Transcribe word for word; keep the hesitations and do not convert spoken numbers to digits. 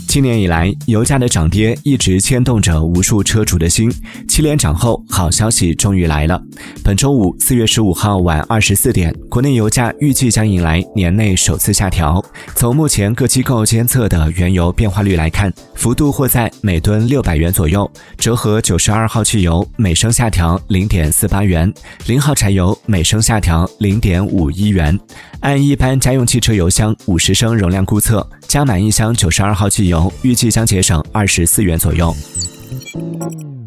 今年以来，油价的涨跌一直牵动着无数车主的心。七连涨后，好消息终于来了。本周五，四月十五号晚二十四点，国内油价预计将迎来年内首次下调。从目前各机构监测的原油变化率来看，幅度或在每吨六百元左右，折合九十二号汽油每升下调 零点四八元，零号柴油每升下调 零点五一元。按一般家用汽车油箱五十升容量估测，加满一箱九十二号汽油预计将节省二十四元左右。